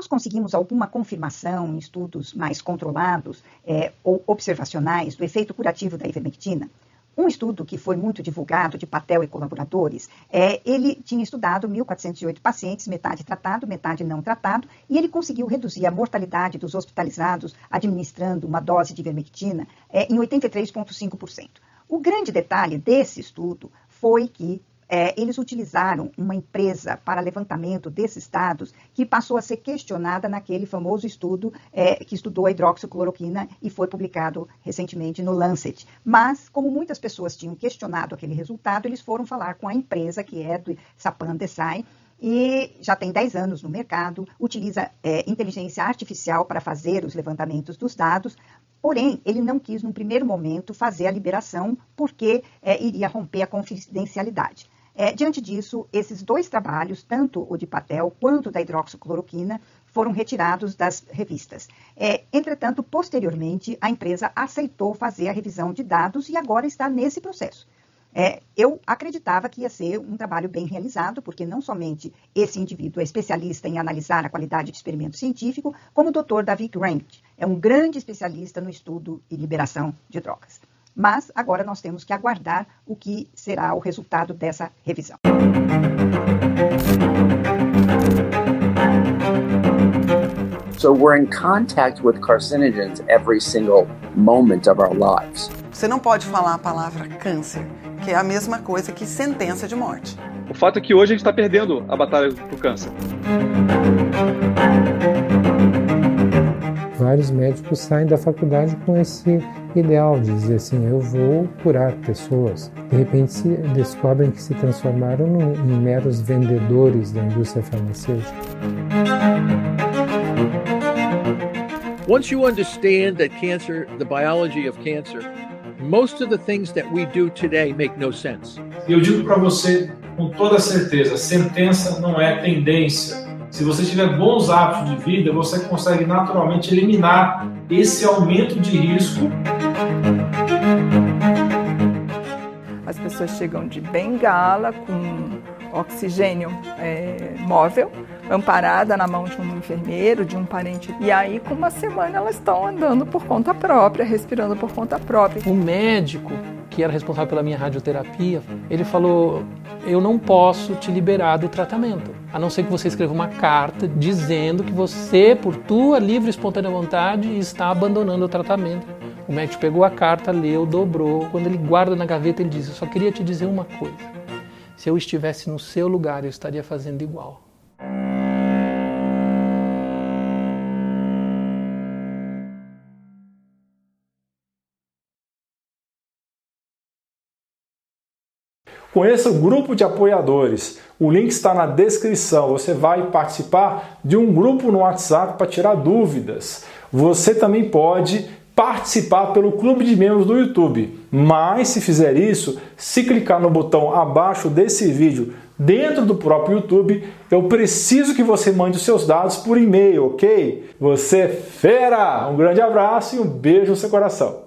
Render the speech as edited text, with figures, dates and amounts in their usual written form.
conseguimos alguma confirmação em estudos mais controlados ou observacionais do efeito curativo da ivermectina. Um estudo que foi muito divulgado, de Patel e colaboradores, ele tinha estudado 1.408 pacientes, metade tratado, metade não tratado, e ele conseguiu reduzir a mortalidade dos hospitalizados administrando uma dose de ivermectina em 83,5%. O grande detalhe desse estudo foi que eles utilizaram uma empresa para levantamento desses dados que passou a ser questionada naquele famoso estudo que estudou a hidroxicloroquina e foi publicado recentemente no Lancet. Mas, como muitas pessoas tinham questionado aquele resultado, eles foram falar com a empresa que é do Sapan Desai, e já tem 10 anos no mercado, utiliza inteligência artificial para fazer os levantamentos dos dados, porém, ele não quis, num primeiro momento, fazer a liberação porque iria romper a confidencialidade. Diante disso, esses dois trabalhos, tanto o de Patel quanto da hidroxicloroquina, foram retirados das revistas. Entretanto, posteriormente, a empresa aceitou fazer a revisão de dados e agora está nesse processo. Eu acreditava que ia ser um trabalho bem realizado, porque não somente esse indivíduo é especialista em analisar a qualidade de experimento científico, como o Dr. David Grant é um grande especialista no estudo e liberação de drogas. Mas agora nós temos que aguardar o que será o resultado dessa revisão. So we're in contact with carcinogens every single moment of our lives. Você não pode falar a palavra câncer, que é a mesma coisa que sentença de morte. O fato é que hoje a gente está perdendo a batalha pro câncer. Vários médicos saem da faculdade com esse ideal de dizer assim, eu vou curar pessoas. De repente se descobrem que se transformaram em meros vendedores da indústria farmacêutica. Once you understand that cancer, the biology of cancer, most of the things that we do today make no sense. Eu digo para você com toda certeza, sentença não é tendência. Se você tiver bons hábitos de vida, você consegue naturalmente eliminar esse aumento de risco. As pessoas chegam de bengala com oxigênio móvel, amparada na mão de um enfermeiro, de um parente. E aí, com uma semana, elas estão andando por conta própria, respirando por conta própria. O médico, que era responsável pela minha radioterapia, ele falou, eu não posso te liberar do tratamento, a não ser que você escreva uma carta dizendo que você, por tua livre e espontânea vontade, está abandonando o tratamento. O médico pegou a carta, leu, dobrou. Quando ele guarda na gaveta, ele diz, eu só queria te dizer uma coisa. Se eu estivesse no seu lugar, eu estaria fazendo igual. Conheça o grupo de apoiadores. O link está na descrição. Você vai participar de um grupo no WhatsApp para tirar dúvidas. Você também pode participar pelo clube de membros do YouTube. Mas se fizer isso, se clicar no botão abaixo desse vídeo dentro do próprio YouTube, eu preciso que você mande os seus dados por e-mail, ok? Você é fera! Um grande abraço e um beijo no seu coração.